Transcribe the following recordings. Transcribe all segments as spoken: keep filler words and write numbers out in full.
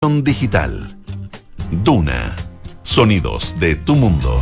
Digital. Duna. Sonidos de tu mundo.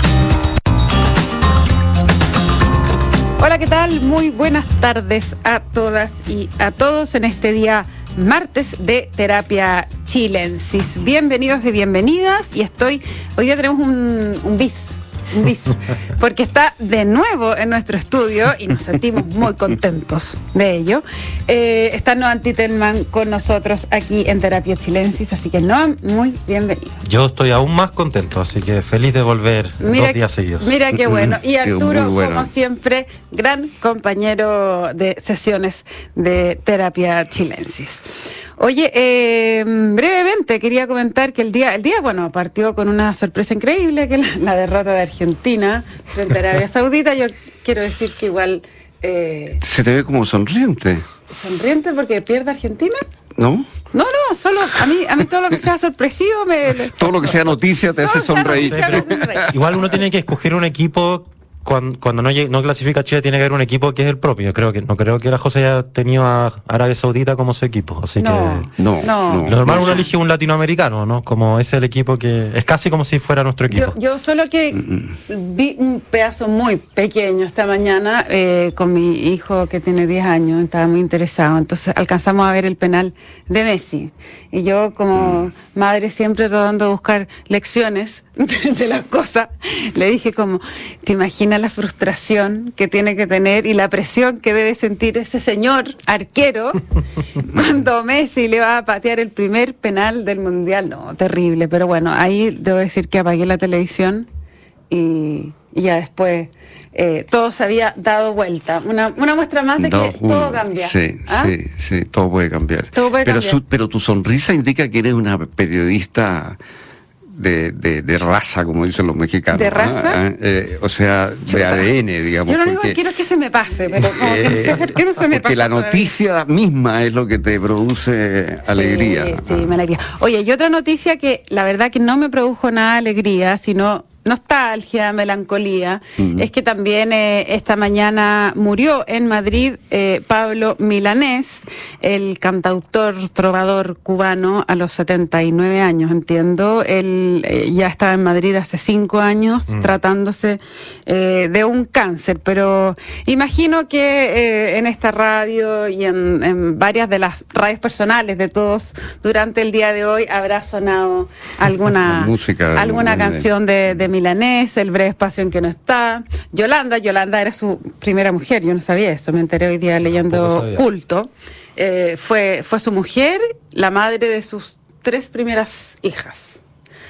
Hola, ¿qué tal? Muy buenas tardes a todas y a todos en este día martes de Terapia Chilensis. Bienvenidos y bienvenidas. Y estoy, hoy día tenemos un, un bis. Un bis, porque está de nuevo en nuestro estudio y nos sentimos muy contentos de ello. Eh, está Noam Titelman con nosotros aquí en Terapia Chilensis, así que Noam, muy bienvenido. Yo estoy aún más contento, así que feliz de volver mira, dos días seguidos. Mira qué bueno. Y Arturo, bueno. como siempre, gran compañero de sesiones de Terapia Chilensis. Oye, eh, brevemente quería comentar que el día, el día, bueno, partió con una sorpresa increíble, que es la, la derrota de Argentina frente a Arabia Saudita. Yo quiero decir que igual... Eh, Se te ve como sonriente. ¿Sonriente porque pierde Argentina? ¿No? No, no, solo a mí, a mí todo lo que sea sorpresivo me... Todo lo que sea noticia te hace sonreír. Noticia, sí, pero, igual uno tiene que escoger un equipo... Cuando, cuando no, no clasifica Chile tiene que haber un equipo que es el propio. Creo que no creo que la José haya tenido a Arabia Saudita como su equipo, así no, que no, no, lo normal no, uno elige un latinoamericano, ¿no? Como es el equipo que es casi como si fuera nuestro equipo. Yo, yo solo que mm. vi un pedazo muy pequeño esta mañana eh, con mi hijo que tiene diez años, estaba muy interesado, entonces alcanzamos a ver el penal de Messi y yo como mm. madre siempre tratando de buscar lecciones de, de las cosas, le dije como, ¿te imaginas la frustración que tiene que tener y la presión que debe sentir ese señor arquero cuando Messi le va a patear el primer penal del Mundial? No, terrible, pero bueno, ahí debo decir que apagué la televisión y, y ya después eh, todo se había dado vuelta. Una, una muestra más de que uno, todo cambia. Sí, ¿Ah? sí, sí, todo puede cambiar. Todo puede pero, cambiar. Su, pero tu sonrisa indica que eres una periodista... De, de, de raza, como dicen los mexicanos. ¿De raza? ¿eh? Eh, o sea, Chuta. de A D N, digamos. Yo lo único que quiero es que se me pase, pero no, eh, no sé por qué no se me pasa. Porque la noticia todavía. misma es lo que te produce alegría. Sí, sí, ah. me alegría. Oye, y otra noticia que la verdad que no me produjo nada de alegría, sino nostalgia, melancolía, uh-huh. es que también eh, esta mañana murió en Madrid eh, Pablo Milanés, el cantautor trovador cubano, a los setenta y nueve años, entiendo. Él eh, ya estaba en Madrid hace cinco años uh-huh. tratándose eh, de un cáncer, pero imagino que eh, en esta radio y en, en varias de las radios personales de todos durante el día de hoy habrá sonado alguna, música, alguna canción de, de Milanés, El breve espacio en que no está. Yolanda, Yolanda era su primera mujer, yo no sabía eso, me enteré hoy día leyendo Culto. Eh, fue, fue su mujer, la madre de sus tres primeras hijas.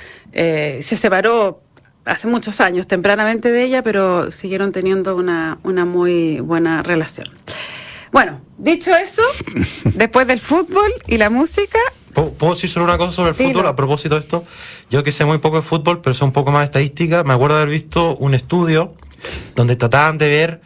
Eh, se separó hace muchos años, tempranamente de ella, pero siguieron teniendo una, una muy buena relación. Bueno, dicho eso, después del fútbol y la música... ¿Puedo, ¿Puedo decir solo una cosa sobre el Dilo. fútbol a propósito de esto? Yo que sé muy poco de fútbol, pero sé un poco más de estadística. Me acuerdo de haber visto un estudio donde trataban de ver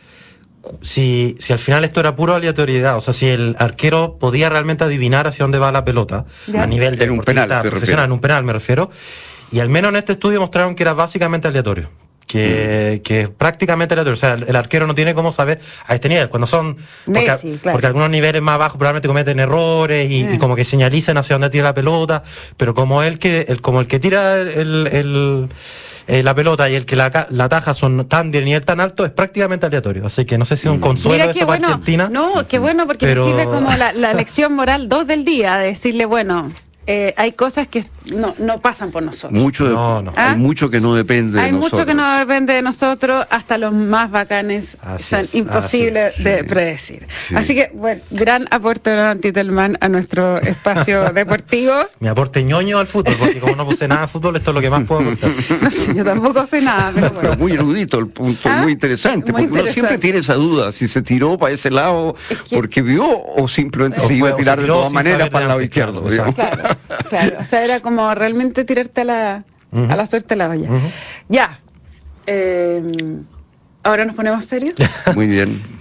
si, si al final esto era pura aleatoriedad, o sea, si el arquero podía realmente adivinar hacia dónde va la pelota, ¿Ya? a nivel de un penal, profesional, en un penal me refiero, y al menos en este estudio mostraron que era básicamente aleatorio. Que, mm. que es prácticamente aleatorio, o sea, el, el arquero no tiene cómo saber a este nivel, cuando son porque, Messi, claro. porque algunos niveles más bajos probablemente cometen errores y, mm. y como que señalicen hacia dónde tira la pelota, pero como el que el, como el que tira el, el, el eh, la pelota y el que la, la ataja son tan de nivel tan alto, es prácticamente aleatorio, así que no sé si es un consuelo eso bueno, para Argentina. No, qué bueno, porque pero... me sirve como la, la lección moral dos del día, de decirle, bueno, Eh, hay cosas que no, no pasan por nosotros. Mucho de, no, no. ¿Ah? Hay mucho que no depende hay de nosotros. Hay mucho que no depende de nosotros, hasta los más bacanes así son es, imposibles así de sí. predecir. Sí. Así que, bueno, gran aporte de Noam Titelman a nuestro espacio deportivo. Mi aporte ñoño al fútbol, porque como no puse nada de fútbol, esto es lo que más puedo aportar. No sé, yo tampoco sé nada, pero bueno. Pero muy erudito el punto, ¿Ah? muy interesante, muy porque interesante. uno siempre tiene esa duda, si se tiró para ese lado es que... porque vio o simplemente o se iba a tirar de todas maneras para el lado izquierdo. Claro, claro, o sea, era como realmente tirarte a la, uh-huh. a la suerte de la valla. Uh-huh. Ya. Eh, ¿Ahora nos ponemos serios? Muy bien.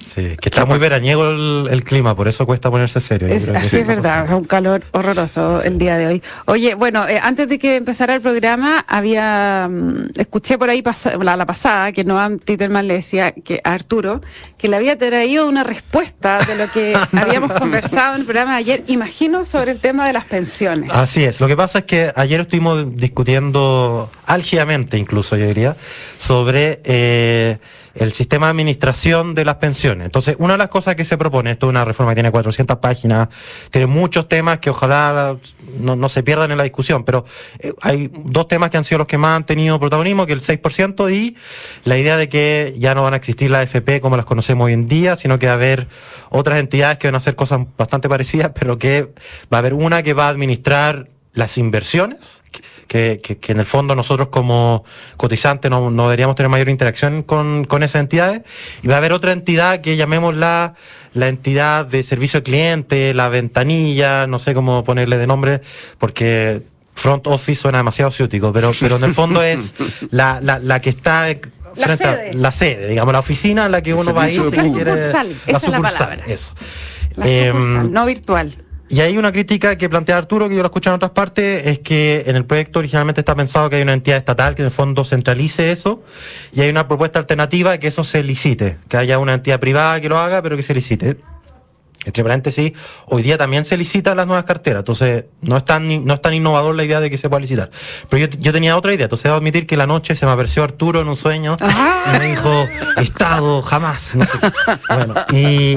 Sí, que está muy veraniego el, el clima, por eso cuesta ponerse serio. Es, así sí, es verdad, es un calor horroroso el día de hoy. Oye, bueno, eh, antes de que empezara el programa, había um, escuché por ahí pas la, la pasada que Noam Titelman le decía que a Arturo que le había traído una respuesta de lo que habíamos conversado en el programa de ayer, imagino, sobre el tema de las pensiones. Así es, lo que pasa es que ayer estuvimos discutiendo álgidamente, incluso yo diría, sobre eh, el sistema de administración de las pensiones. Entonces, una de las cosas que se propone, esto es una reforma que tiene cuatrocientas páginas, tiene muchos temas que ojalá no, no se pierdan en la discusión, pero eh, hay dos temas que han sido los que más han tenido protagonismo, que el seis por ciento y la idea de que ya no van a existir las A F P como las conocemos hoy en día, sino que va a haber otras entidades que van a hacer cosas bastante parecidas, pero que va a haber una que va a administrar las inversiones, que, que, que en el fondo nosotros como cotizantes no, no deberíamos tener mayor interacción con, con esas entidades, y va a haber otra entidad que llamémosla la entidad de servicio al cliente, la ventanilla, no sé cómo ponerle de nombre, porque front office suena demasiado ciútico, pero, pero en el fondo es la, la, la que está la frente sede. a la sede, digamos, la oficina en la que uno va a ir. La sucursal, esa la es la sucursal, palabra. eso. La sucursal, eh, no virtual. Y hay una crítica que plantea Arturo, que yo la escucho en otras partes, es que en el proyecto originalmente está pensado que hay una entidad estatal que en el fondo centralice eso, y hay una propuesta alternativa de que eso se licite, que haya una entidad privada que lo haga, pero que se licite. Entre paréntesis, hoy día también se licitan las nuevas carteras, entonces no es tan, no es tan innovador la idea de que se pueda licitar. Pero yo, yo tenía otra idea, entonces debo admitir que la noche se me apareció Arturo en un sueño y me dijo, Estado, jamás. No sé. Bueno, y...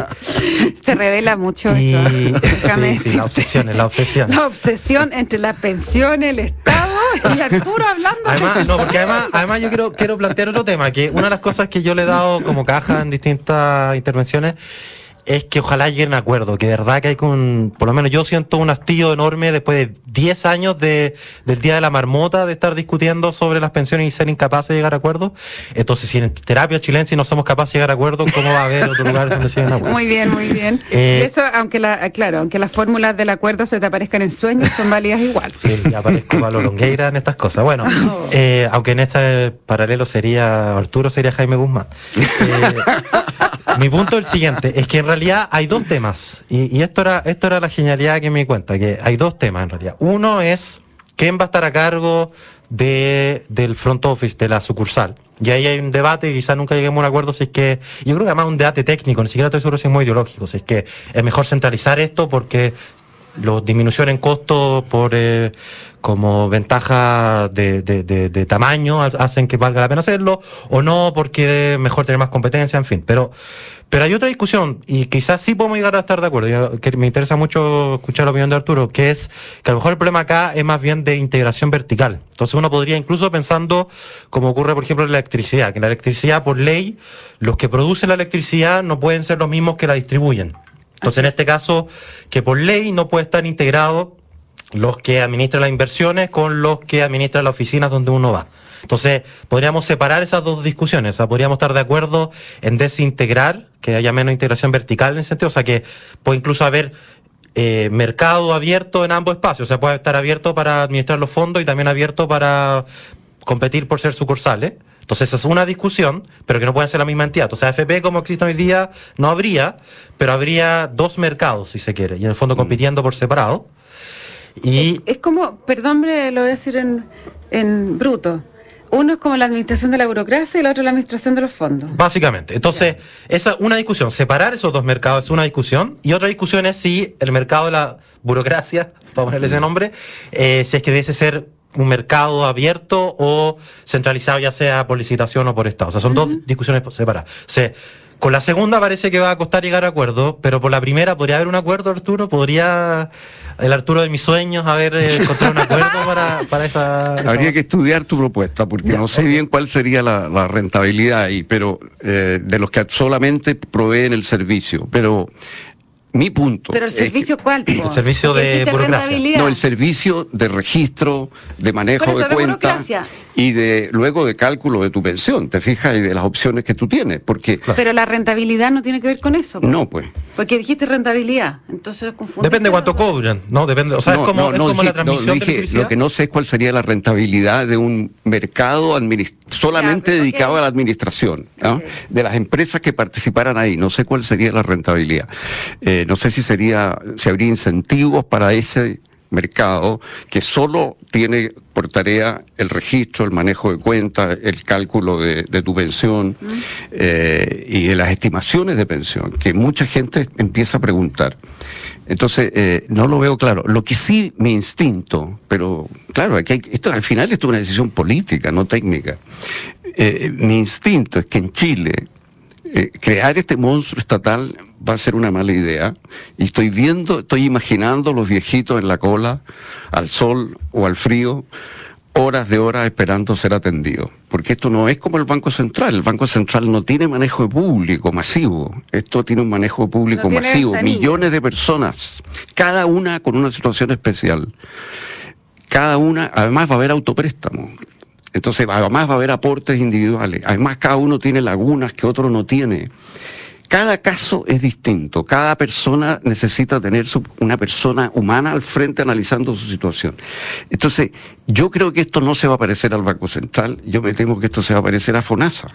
Te revela mucho y, eso. Sí, sí, la obsesión, la obsesión. La obsesión entre las pensiones, el Estado y Arturo hablando. Además, no, porque además, además yo quiero, quiero plantear otro tema, que una de las cosas que yo le he dado como caja en distintas intervenciones es que ojalá lleguen a acuerdo, que de verdad que hay con, por lo menos yo siento un hastío enorme después de diez años de, del Día de la Marmota, de estar discutiendo sobre las pensiones y ser incapaces de llegar a acuerdo. Entonces, si en terapia chilense no somos capaces de llegar a acuerdo, ¿cómo va a haber otro lugar donde se lleguen a acuerdo? Muy bien, muy bien. Eh, y eso, aunque la, claro, aunque las fórmulas del acuerdo se te aparezcan en sueños, son válidas igual. Sí, ya aparezco Pablo Longueira en estas cosas. Bueno, oh. eh, aunque en este paralelo sería Arturo, sería Jaime Guzmán. Eh, mi punto es el siguiente, es que en realidad hay dos temas, y, y esto era esto era la genialidad que me di cuenta, que hay dos temas en realidad. Uno es quién va a estar a cargo de del front office, de la sucursal. Y ahí hay un debate, y quizás nunca lleguemos a un acuerdo, si es que, yo creo que además un debate técnico, ni siquiera estoy seguro si es muy ideológico, si es que es mejor centralizar esto porque la disminución en costos por eh, como ventaja de, de, de, de tamaño hacen que valga la pena hacerlo, o no porque es mejor tener más competencia, en fin. Pero pero hay otra discusión, y quizás sí podemos llegar a estar de acuerdo, yo, que me interesa mucho escuchar la opinión de Arturo, que es que a lo mejor el problema acá es más bien de integración vertical. Entonces uno podría, incluso pensando como ocurre por ejemplo en la electricidad, que en la electricidad por ley los que producen la electricidad no pueden ser los mismos que la distribuyen. Entonces, en este caso, que por ley no puede estar integrado los que administran las inversiones con los que administran las oficinas donde uno va. Entonces, podríamos separar esas dos discusiones. O sea, podríamos estar de acuerdo en desintegrar, que haya menos integración vertical en ese sentido. O sea, que puede incluso haber eh, mercado abierto en ambos espacios. O sea, puede estar abierto para administrar los fondos y también abierto para competir por ser sucursales. Entonces esa es una discusión, pero que no pueden ser la misma entidad. O sea, A F P como existe hoy día no habría, pero habría dos mercados, si se quiere, y en el fondo compitiendo por separado. Y es, es como, perdón, me lo voy a decir en, en bruto. Uno es como la administración de la burocracia y el otro la administración de los fondos. Básicamente. Entonces, esa es una discusión. Separar esos dos mercados es una discusión. Y otra discusión es si el mercado de la burocracia, para ponerle ese nombre, eh, si es que debe ser un mercado abierto o centralizado, ya sea por licitación o por Estado. O sea, son uh-huh. dos discusiones separadas. O sea, con la segunda parece que va a costar llegar a acuerdo, pero por la primera podría haber un acuerdo, Arturo. Podría el Arturo de mis sueños haber eh, encontrado un acuerdo para, para esa, esa... Habría que estudiar tu propuesta, porque ya, no sé okay. bien cuál sería la, la rentabilidad ahí, pero eh, de los que solamente proveen el servicio. Pero mi punto. ¿Pero el servicio es que, cuál? El servicio de burocracia. No, el servicio de registro, de manejo de cuentas. y de luego de cálculo de tu pensión, te fijas, y de las opciones que tú tienes, porque... Claro. Pero la rentabilidad no tiene que ver con eso. No, pues. Porque dijiste rentabilidad, entonces confundiste. Depende cuánto cobran, ¿no? Depende, o sea, no, es como, no, es no, como dije, la transmisión no, de dije, electricidad. Lo que no sé es cuál sería la rentabilidad de un mercado administ- solamente Ya, dedicado okay. a la administración, ¿no? Okay. De las empresas que participaran ahí. No sé cuál sería la rentabilidad. Eh, no sé si sería, si habría incentivos para ese mercado que solo tiene por tarea el registro, el manejo de cuentas, el cálculo de, de tu pensión mm. eh, y de las estimaciones de pensión, que mucha gente empieza a preguntar. Entonces, eh, no lo veo claro. Lo que sí, mi instinto, pero claro, aquí hay, esto al final esto es una decisión política, no técnica. Eh, mi instinto es que en Chile eh, crear este monstruo estatal va a ser una mala idea, y estoy viendo, estoy imaginando los viejitos en la cola, al sol o al frío, horas de horas esperando ser atendidos. Porque esto no es como el Banco Central. El Banco Central no tiene manejo de público masivo. Esto tiene un manejo de público no masivo. Ventanilla. Millones de personas, cada una con una situación especial. Cada una, además va a haber autopréstamos. Entonces, además va a haber aportes individuales. Además, cada uno tiene lagunas que otro no tiene. Cada caso es distinto, cada persona necesita tener su, una persona humana al frente analizando su situación. Entonces, yo creo que esto no se va a parecer al Banco Central, yo me temo que esto se va a parecer a FONASA.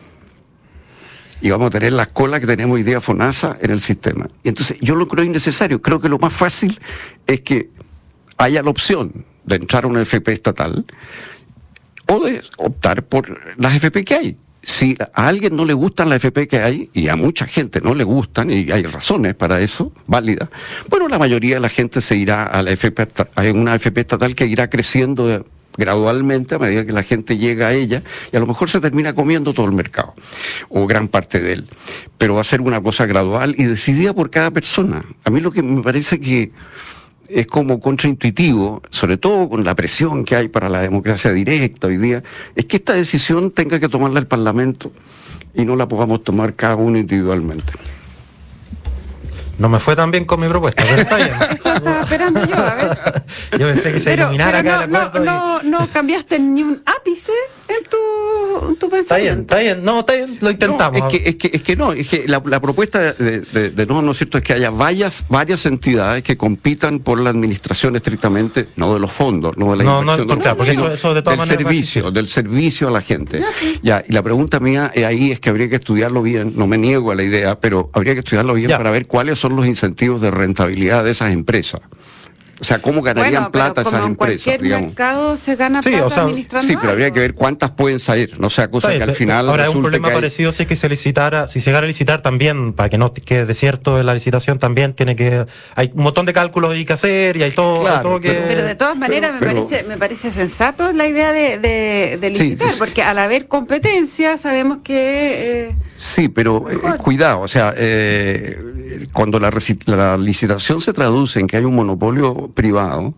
Y vamos a tener las colas que tenemos hoy día FONASA en el sistema. Y entonces, yo lo creo innecesario, creo que lo más fácil es que haya la opción de entrar a una F P estatal o de optar por las F P que hay. Si a alguien no le gustan las F P que hay, y a mucha gente no le gustan, y hay razones para eso, válidas, bueno, la mayoría de la gente se irá a la F P, a una F P estatal que irá creciendo gradualmente a medida que la gente llega a ella, y a lo mejor se termina comiendo todo el mercado, o gran parte de él. Pero va a ser una cosa gradual y decidida por cada persona. A mí lo que me parece que es como contraintuitivo, sobre todo con la presión que hay para la democracia directa hoy día, es que esta decisión tenga que tomarla el Parlamento y no la podamos tomar cada uno individualmente. No me fue tan bien con mi propuesta, pero está bien. Eso estaba esperando yo, a ver. Yo pensé que se pero, eliminara pero acá no, el acuerdo. no, y... no, no cambiaste ni un ápice en tu, en tu pensamiento. Está bien, está bien, no, está bien, lo intentamos. No, es, que, es, que, es que no, es que la, la propuesta de, de, de no, no es cierto, es que haya varias, varias entidades que compitan por la administración estrictamente, no de los fondos, no de la no, inversión, no, no, claro, porque sino eso, eso de todas del maneras servicio, del servicio a la gente. Ya, sí. Ya, y la pregunta mía ahí es que habría que estudiarlo bien, no me niego a la idea, pero habría que estudiarlo bien ya. para ver cuáles son los incentivos de rentabilidad de esas empresas. O sea, ¿cómo ganarían bueno, plata como esas en empresas? Cualquier Digamos. mercado se gana Sí, plata o sea, administrando Sí, pero habría algo. que ver cuántas pueden salir, no sea cosa Está que bien, al final ahora es un resulte problema que hay- parecido si es que se licitara, si se llegara a licitar también, para que no quede desierto en la licitación también tiene que, hay un montón de cálculos hay que hacer y hay todo, Claro, hay todo que... Pero de todas maneras pero- me parece me parece sensato la idea de, de, de Sí, licitar, sí, sí. porque al haber competencia sabemos que... Eh, Sí, pero eh, Mejor. cuidado, o sea, eh, cuando la, reci- la licitación se traduce en que hay un monopolio privado,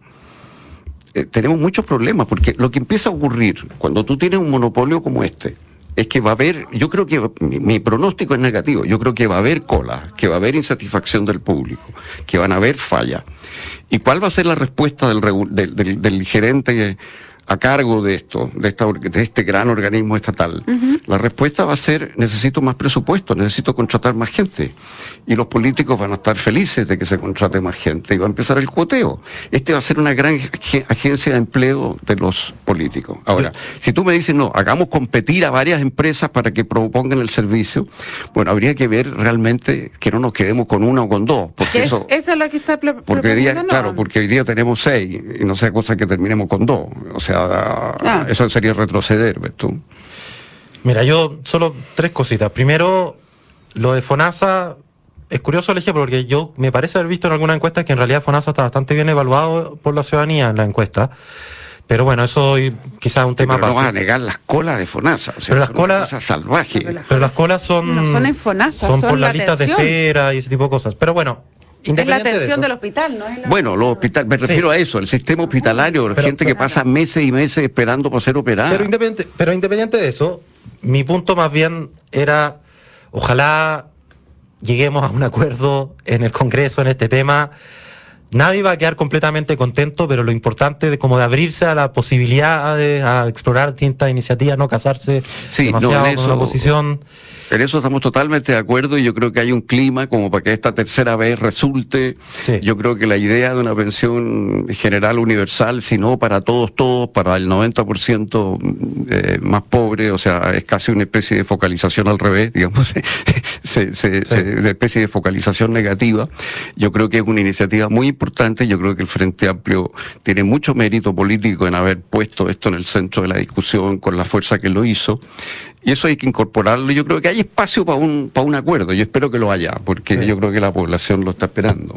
eh, tenemos muchos problemas, porque lo que empieza a ocurrir cuando tú tienes un monopolio como este, es que va a haber, yo creo que mi, mi pronóstico es negativo, yo creo que va a haber cola, que va a haber insatisfacción del público, que van a haber fallas. ¿Y cuál va a ser la respuesta del, regu- del, del, del gerente a cargo de esto, de, esta, or- de este gran organismo estatal? Uh-huh. La respuesta va a ser, necesito más presupuesto, necesito contratar más gente. Y los políticos van a estar felices de que se contrate más gente y va a empezar el cuoteo. Este va a ser una gran ag- agencia de empleo de los políticos. Ahora, si tú me dices, no, hagamos competir a varias empresas para que propongan el servicio, bueno, habría que ver realmente que no nos quedemos con una o con dos, porque es, eso... eso es lo que está pro- Porque hoy día, proponiendo, claro, ¿no? porque hoy día tenemos seis y no sea cosa que terminemos con dos. O sea, Ah. eso sería retroceder, ¿ves tú? Mira, yo solo tres cositas. Primero, lo de FONASA, es curioso el ejemplo, porque yo me parece haber visto en alguna encuesta que en realidad FONASA está bastante bien evaluado por la ciudadanía en la encuesta. Pero bueno, eso quizás es un Sí, tema pero no vas a aparte. negar las colas de FONASA. O sea, Pero las son una colas- cosa salvaje. Pero las- Pero las colas son... No son en FONASA, son son por la las listas de atención. espera y ese tipo de cosas. Pero bueno, Es la independiente de atención eso, del hospital, ¿no? Es la- Bueno, los hospitales, me refiero Sí. a eso, el sistema hospitalario, Pero- gente que pero- pasa meses y meses esperando para ser operada. Pero independiente, pero independiente de eso, mi punto más bien era, ojalá lleguemos a un acuerdo en el Congreso en este tema. nadie va a quedar completamente contento, pero lo importante de como de abrirse a la posibilidad de a explorar distintas iniciativas, no casarse sí, demasiado no, en con eso, una posición. En eso estamos totalmente de acuerdo y yo creo que hay un clima como para que esta tercera vez resulte. Sí. Yo creo que la idea de una pensión general universal, si no para todos, todos, para el noventa por ciento eh, más pobre, o sea, es casi una especie de focalización al revés, digamos, se, se, Sí. se, una especie de focalización negativa. Yo creo que es una iniciativa muy importante, yo creo que el Frente Amplio tiene mucho mérito político en haber puesto esto en el centro de la discusión con la fuerza que lo hizo. Y eso hay que incorporarlo. Yo creo que hay espacio para un para un acuerdo. Yo espero que lo haya, porque Sí. yo creo que la población lo está esperando.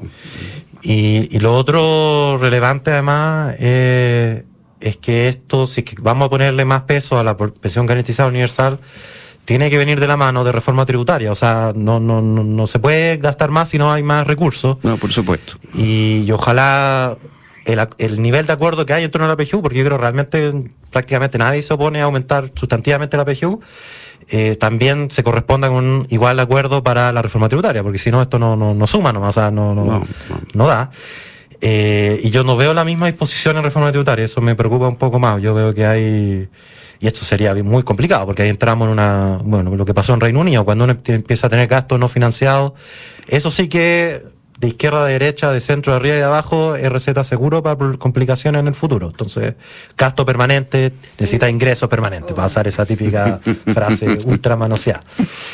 Y, y lo otro relevante además eh, es que esto, si que vamos a ponerle más peso a la pensión garantizada universal, tiene que venir de la mano de reforma tributaria. O sea, no, no, no, no se puede gastar más si no hay más recursos. No, por supuesto. Y, y ojalá el, el nivel de acuerdo que hay en torno a la P G U, porque yo creo realmente prácticamente nadie se opone a aumentar sustantivamente la P G U, eh, también se corresponda con un igual acuerdo para la reforma tributaria, porque si no esto no, no, no suma nomás, o sea, no, no, No, no. no. no da. Eh, y yo no veo la misma disposición en reforma tributaria, eso me preocupa un poco más. Yo veo que hay, y esto sería muy complicado, porque ahí entramos en una, bueno, lo que pasó en Reino Unido, cuando uno empieza a tener gastos no financiados, eso sí que de izquierda a derecha, de centro a arriba y de abajo, es receta seguro para complicaciones en el futuro. Entonces, gasto permanente necesita ingresos permanentes, para usar esa típica frase ultra manoseada.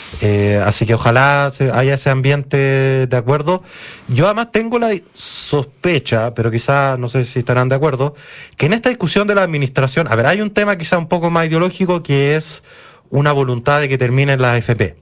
Eh, así que ojalá se, haya ese ambiente de acuerdo. Yo además tengo la sospecha, pero quizás no sé si estarán de acuerdo, que en esta discusión de la administración, a ver, hay un tema quizá un poco más ideológico, que es una voluntad de que terminen las A F P.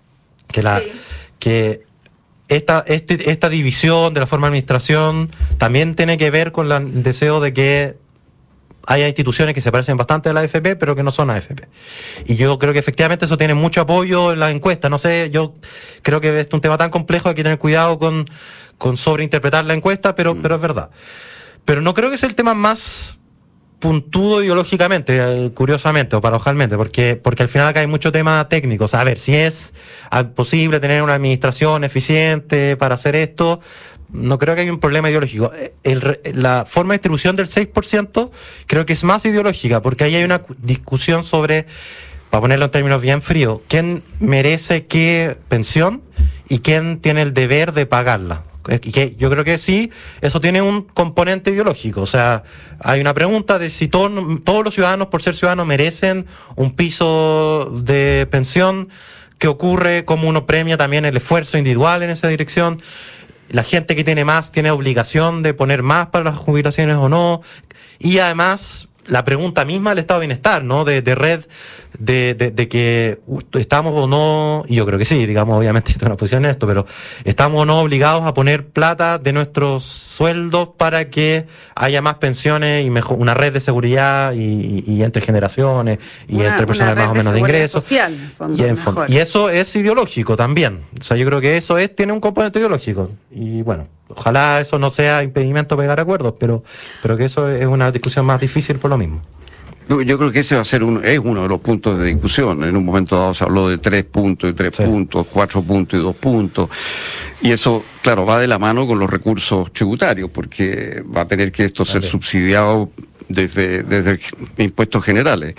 Que la, sí. que Esta, este, esta división de la forma de administración también tiene que ver con la, el deseo de que haya instituciones que se parecen bastante a la A F P, pero que no son A F P. Y yo creo que efectivamente eso tiene mucho apoyo en las encuestas. No sé, yo creo que es un tema tan complejo, hay que tener cuidado con, con sobreinterpretar la encuesta, pero, mm. pero es verdad. Pero no creo que sea el tema más puntudo ideológicamente, eh, curiosamente o paradojalmente, porque porque al final acá hay mucho tema técnico. O sea, a ver, si es posible tener una administración eficiente para hacer esto, no creo que haya un problema ideológico. El, la forma de distribución del seis por ciento creo que es más ideológica, porque ahí hay una discusión sobre, para ponerlo en términos bien fríos, quién merece qué pensión y quién tiene el deber de pagarla. Que yo creo que sí, eso tiene un componente ideológico. O sea, hay una pregunta de si todo, todos los ciudadanos, por ser ciudadanos, merecen un piso de pensión. ¿Qué ocurre? ¿Cómo uno premia también el esfuerzo individual en esa dirección? La gente que tiene más tiene obligación de poner más para las jubilaciones o no. Y además, la pregunta misma del estado de bienestar, ¿no? De, de red, de, de, de que estamos o no, y yo creo que sí, digamos, obviamente esto es una posición en esto, pero estamos o no obligados a poner plata de nuestros sueldos para que haya más pensiones y mejor, una red de seguridad y, y, y entre generaciones y una, entre personas más o menos de ingresos. Social, en fondo, y, en fondo, y eso es ideológico también. O sea, yo creo que eso es, tiene un componente ideológico. Y bueno, ojalá eso no sea impedimento para llegar a acuerdos, pero, pero que eso es una discusión más difícil por lo mismo. Yo creo que ese va a ser uno, es uno de los puntos de discusión. En un momento dado se habló de tres puntos y tres sí. puntos, cuatro puntos y dos puntos. Y eso, claro, va de la mano con los recursos tributarios, porque va a tener que esto vale. ser subsidiado desde, desde impuestos generales.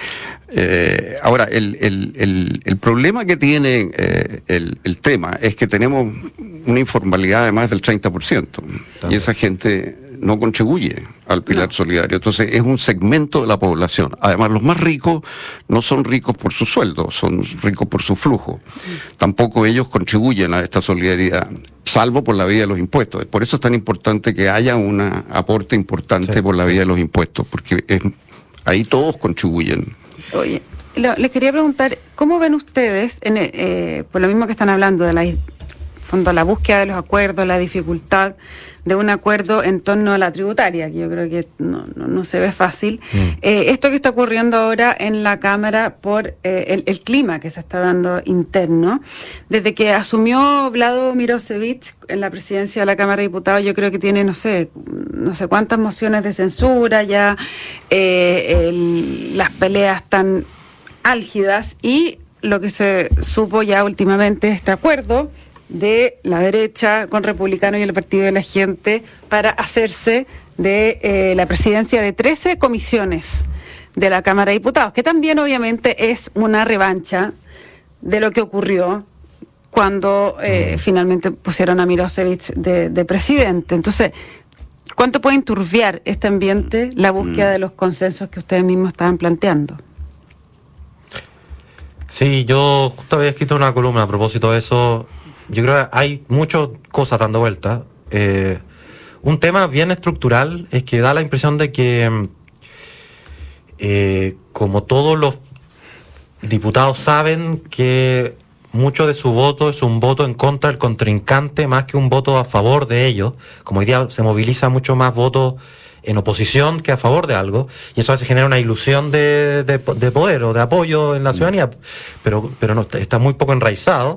Eh, ahora, el, el, el, el problema que tiene eh, el, el tema es que tenemos una informalidad de más del treinta por ciento. También. Y esa gente no contribuye al pilar no. solidario. Entonces es un segmento de la población. Además, los más ricos no son ricos por su sueldo, son ricos por su flujo. Tampoco ellos contribuyen a esta solidaridad, salvo por la vía de los impuestos. Por eso es tan importante que haya un aporte importante sí. por la vía de los impuestos, porque es, ahí todos contribuyen. Oye, lo, les quería preguntar, ¿cómo ven ustedes, en, eh, por lo mismo que están hablando de la, fondo, la búsqueda de los acuerdos, la dificultad de un acuerdo en torno a la tributaria, que yo creo que no, no, no se ve fácil, mm. eh, esto que está ocurriendo ahora en la Cámara por eh, el, el clima que se está dando interno, desde que asumió Vlado Mirosevic en la presidencia de la Cámara de Diputados, yo creo que tiene, no sé, no sé cuántas mociones de censura ya, eh, el, las peleas tan álgidas y lo que se supo ya últimamente, este acuerdo de la derecha con Republicano y el Partido de la Gente para hacerse de eh, la presidencia de trece comisiones de la Cámara de Diputados, que también obviamente es una revancha de lo que ocurrió cuando eh, finalmente pusieron a Milosevic de, de presidente. Entonces, ¿cuánto puede enturbiar este ambiente la búsqueda de los consensos que ustedes mismos estaban planteando? Sí, yo justo había escrito una columna a propósito de eso. Yo creo que hay muchas cosas dando vueltas. Eh, un tema bien estructural es que da la impresión de que eh, como todos los diputados saben que mucho de su voto es un voto en contra del contrincante más que un voto a favor de ellos, como hoy día se moviliza mucho más votos en oposición que a favor de algo, y eso a veces genera una ilusión de, de, de poder o de apoyo en la ciudadanía, pero, pero no, está muy poco enraizado.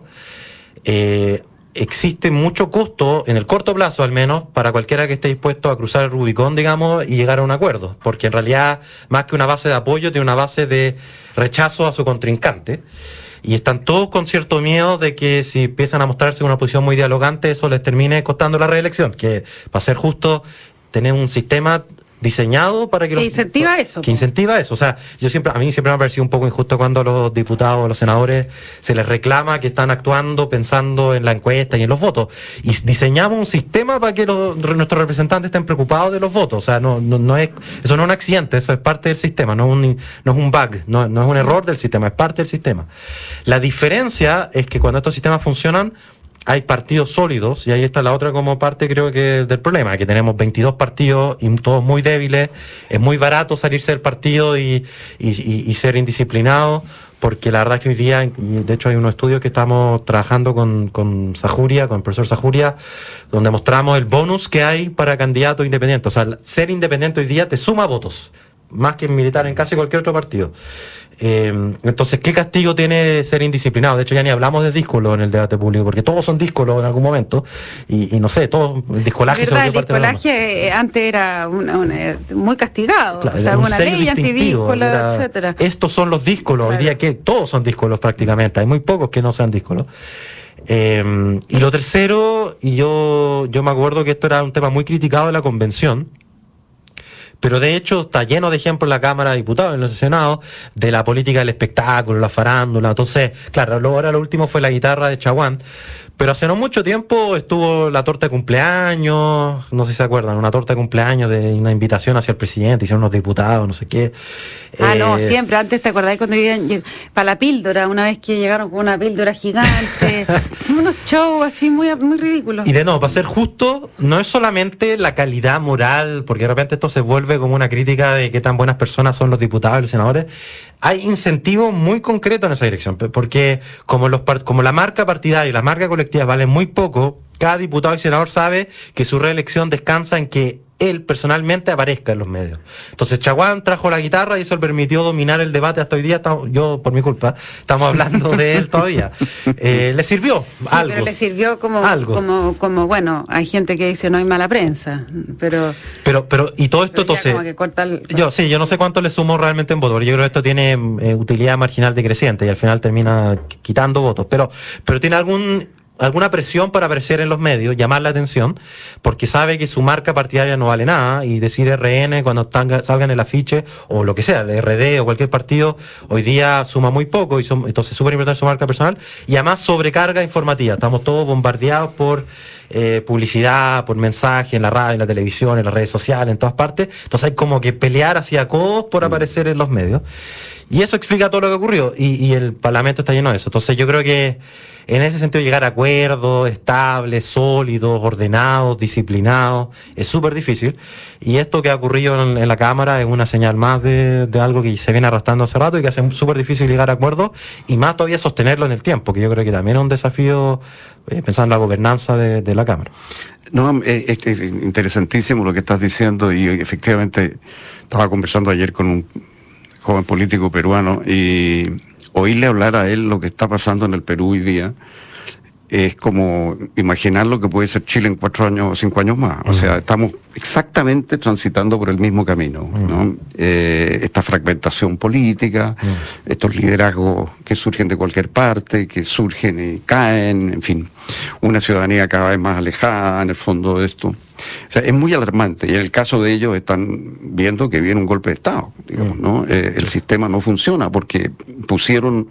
Eh, existe mucho costo, en el corto plazo al menos, para cualquiera que esté dispuesto a cruzar el Rubicón, digamos, y llegar a un acuerdo, porque en realidad, más que una base de apoyo, tiene una base de rechazo a su contrincante, y están todos con cierto miedo de que si empiezan a mostrarse una posición muy dialogante, eso les termine costando la reelección, que, para ser justo, tener un sistema diseñado para que... Que los, incentiva eso. Que incentiva eso. O sea, yo siempre, a mí siempre me ha parecido un poco injusto cuando a los diputados o los senadores se les reclama que están actuando pensando en la encuesta y en los votos. Y diseñamos un sistema para que los, nuestros representantes estén preocupados de los votos. O sea, no, no, no es, eso no es un accidente, eso es parte del sistema, no es un, no es un bug, no, no es un error del sistema, es parte del sistema. La diferencia es que cuando estos sistemas funcionan, hay partidos sólidos, y ahí está la otra como parte, creo que, del problema, que tenemos veintidós partidos y todos muy débiles. Es muy barato salirse del partido y, y, y, y ser indisciplinado, porque la verdad es que hoy día, y de hecho hay unos estudios que estamos trabajando con, con Sajuria, con el profesor Sajuria, donde mostramos el bonus que hay para candidatos independientes. O sea, ser independiente hoy día te suma votos, más que militar en casi cualquier otro partido. Eh, entonces, ¿qué castigo tiene ser indisciplinado? De hecho, ya ni hablamos de díscolo en el debate público, porque todos son díscolos en algún momento, y, y no sé, todo el discolaje. Es verdad, el discolaje antes era una, una, muy castigado, claro, o sea, una ley antidíscolo, etcétera. Estos son los díscolos, claro. Hoy día que todos son díscolos prácticamente, hay muy pocos que no sean díscolos. Eh, y lo tercero, y yo, yo me acuerdo que esto era un tema muy criticado de la convención, pero de hecho está lleno de ejemplos en la Cámara de Diputados, en el Senado, de la política del espectáculo, la farándula. Entonces, claro, luego ahora lo último fue la guitarra de Chaguán, pero hace no mucho tiempo estuvo la torta de cumpleaños, no sé si se acuerdan, una torta de cumpleaños de una invitación hacia el presidente, hicieron unos diputados, no sé qué. Ah, eh, no, siempre, antes te acordás cuando iban para la píldora, una vez que llegaron con una píldora gigante, son unos shows así muy, muy ridículos. Y de no, para ser justo, no es solamente la calidad moral, porque de repente esto se vuelve como una crítica de qué tan buenas personas son los diputados y los senadores. Hay incentivos muy concretos en esa dirección, porque como los como la marca partidaria y la marca colectiva valen muy poco, cada diputado y senador sabe que su reelección descansa en que él personalmente aparezca en los medios. Entonces Chaguán trajo la guitarra y eso le permitió dominar el debate hasta hoy día. Estamos, yo, por mi culpa, estamos hablando de él todavía. Eh, ¿Le sirvió? Sí, algo. Pero le sirvió como, algo. como, como, bueno, hay gente que dice no hay mala prensa, pero... Pero, pero, y todo esto, entonces... Como que corta el... Yo, sí, yo no sé cuánto le sumó realmente en votos, yo creo que esto tiene eh, utilidad marginal decreciente y al final termina quitando votos, pero, pero tiene algún... alguna presión para aparecer en los medios, llamar la atención, porque sabe que su marca partidaria no vale nada, y decir R N cuando están, salgan el afiche, o lo que sea, el R D o cualquier partido, hoy día suma muy poco, y son, entonces es súper importante su marca personal, y además sobrecarga informativa. Estamos todos bombardeados por eh, publicidad, por mensajes en la radio, en la televisión, en las redes sociales, en todas partes, entonces hay como que pelear hacia codos por aparecer en los medios. Y eso explica todo lo que ocurrió, y, y el Parlamento está lleno de eso. Entonces yo creo que en ese sentido llegar a acuerdos estables, sólidos, ordenados, disciplinados, es súper difícil. Y esto que ha ocurrido en, en la Cámara es una señal más de, de algo que se viene arrastrando hace rato y que hace súper difícil llegar a acuerdos, y más todavía sostenerlo en el tiempo, que yo creo que también es un desafío eh, pensando en la gobernanza de, de la Cámara. No, es, es, es interesantísimo lo que estás diciendo, y efectivamente estaba conversando ayer con un joven político peruano y oírle hablar a él lo que está pasando en el Perú hoy día, es como imaginar lo que puede ser Chile en cuatro años o cinco años más. O sea, estamos exactamente transitando por el mismo camino, ¿no? Eh, esta fragmentación política, estos liderazgos que surgen de cualquier parte, que surgen y caen, en fin, una ciudadanía cada vez más alejada en el fondo de esto. O sea, es muy alarmante, y en el caso de ellos están viendo que viene un golpe de Estado, digamos, ¿no? Eh, el sistema no funciona porque pusieron,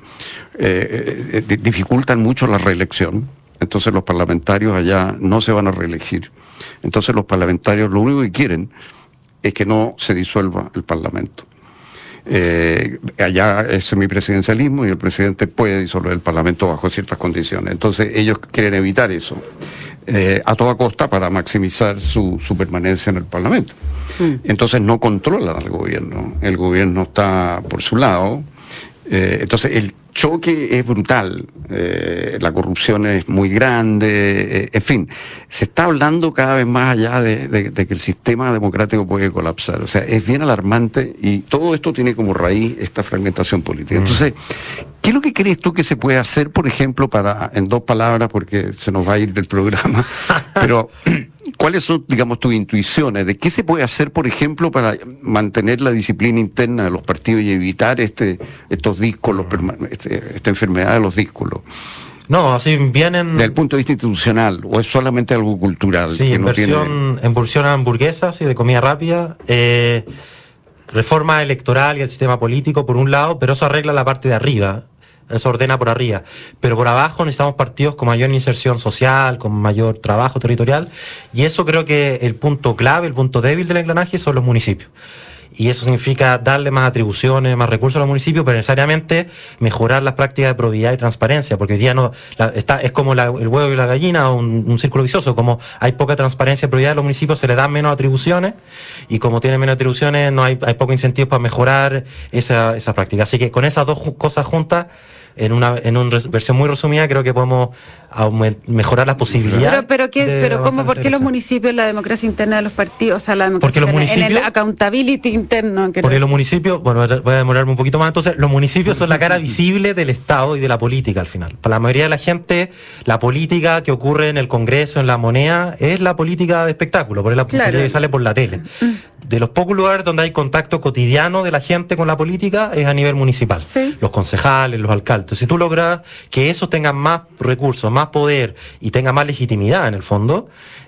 eh, eh, dificultan mucho la reelección, entonces los parlamentarios allá no se van a reelegir. Entonces los parlamentarios lo único que quieren es que no se disuelva el Parlamento. Eh, allá es semipresidencialismo y el presidente puede disolver el Parlamento bajo ciertas condiciones. Entonces ellos quieren evitar eso eh, a toda costa para maximizar su, su permanencia en el Parlamento. Mm. Entonces no controlan al gobierno. El gobierno está por su lado. Eh, entonces el choque es brutal, eh, la corrupción es muy grande, eh, en fin, se está hablando cada vez más allá de, de, de que el sistema democrático puede colapsar. O sea, es bien alarmante, y todo esto tiene como raíz esta fragmentación política. Entonces, ¿qué es lo que crees tú que se puede hacer, por ejemplo, para, en dos palabras, porque se nos va a ir del programa, pero ¿cuáles son, digamos, tus intuiciones de qué se puede hacer, por ejemplo, para mantener la disciplina interna de los partidos y evitar este estos díscolos, este, esta enfermedad de los díscolos? No, así vienen... ¿Desde el punto de vista institucional o es solamente algo cultural? Sí, que en, no versión, tiene... en versión hamburguesas y de comida rápida, eh, reforma electoral y el sistema político por un lado, pero eso arregla la parte de arriba. Eso ordena por arriba, pero por abajo necesitamos partidos con mayor inserción social, con mayor trabajo territorial, y eso creo que el punto clave, el punto débil del engranaje son los municipios. Y eso significa darle más atribuciones, más recursos a los municipios, pero necesariamente mejorar las prácticas de probidad y transparencia, porque hoy día no, la, está, es como la, el huevo y la gallina, un, un círculo vicioso. Como hay poca transparencia y probidad de los municipios, se les dan menos atribuciones, y como tienen menos atribuciones, no hay, hay poco incentivo para mejorar esa, esa práctica. Así que con esas dos ju- cosas juntas, en una en una res- versión muy resumida, creo que podemos aument- mejorar las posibilidades. Pero, pero, ¿qué, de pero avanzar ¿cómo? en ¿Por esa qué los dirección. municipios, la democracia interna de los partidos, o sea, la democracia Porque los interna, en el municipios- accountability interno? Que Porque no- los municipios, bueno, voy a demorarme un poquito más, entonces, los municipios son la cara visible del Estado y de la política al final. Para la mayoría de la gente, la política que ocurre en el Congreso, en la moneda, es la política de espectáculo, por la Claro. política que sale por la tele. De los pocos lugares donde hay contacto cotidiano de la gente con la política es a nivel municipal. Sí. Los concejales, los alcaldes. Si tú logras que esos tengan más recursos, más poder y tengan más legitimidad en el fondo,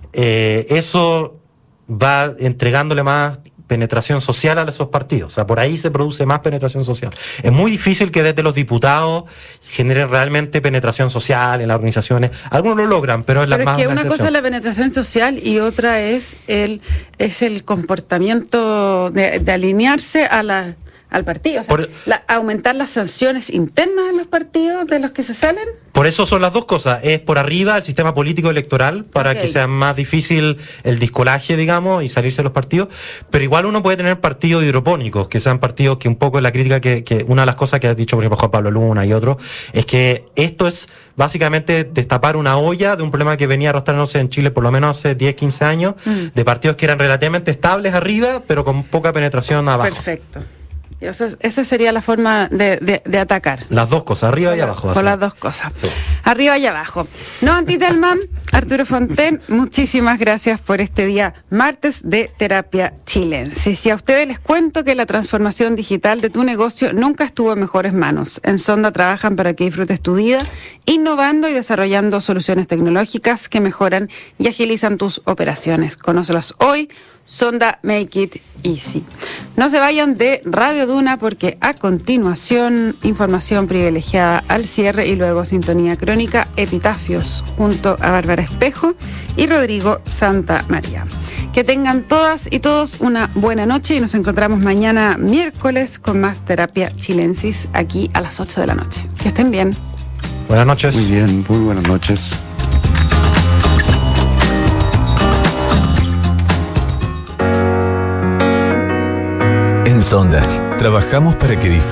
eh, eso va entregándole más penetración social a esos partidos. O sea, por ahí se produce más penetración social. Es muy difícil que desde los diputados generen realmente penetración social en las organizaciones. Algunos lo logran, pero es la Pero más es que la una cosa excepción. es la penetración social y otra es el es el comportamiento de, de alinearse a la al partido, o sea, Por- la- aumentar las sanciones internas de los partidos de los que se salen. Por eso son las dos cosas. Es por arriba el sistema político electoral para Ok. que sea más difícil el discolaje, digamos, y salirse de los partidos. Pero igual uno puede tener partidos hidropónicos, que sean partidos que un poco es la crítica que, que una de las cosas que ha dicho, por ejemplo, Juan Pablo Luna y otros, es que esto es básicamente destapar una olla de un problema que venía arrastrándose en Chile por lo menos hace diez, quince años, Mm. de partidos que eran relativamente estables arriba, pero con poca penetración abajo. Perfecto. Y eso es- esa sería la forma de, de- de atacar. Las dos cosas, arriba y abajo. Por así. las dos cosas. Sí. Arriba y abajo. No, Antitelman, Arturo Fonten, muchísimas gracias por este día martes de Terapia Chilense. Si a ustedes les cuento que la transformación digital de tu negocio nunca estuvo en mejores manos. En Sonda trabajan para que disfrutes tu vida, innovando y desarrollando soluciones tecnológicas que mejoran y agilizan tus operaciones. Conócelas hoy. Sonda Make It Easy. No se vayan de Radio Duna porque a continuación información privilegiada al cierre y luego sintonía crónica Epitafios junto a Bárbara Espejo y Rodrigo Santa María. Que tengan todas y todos una buena noche y nos encontramos mañana miércoles con más Terapia Chilensis aquí a las ocho de la noche. Que estén bien. Buenas noches. Muy bien, muy buenas noches. En Sonda, trabajamos para que disfrutes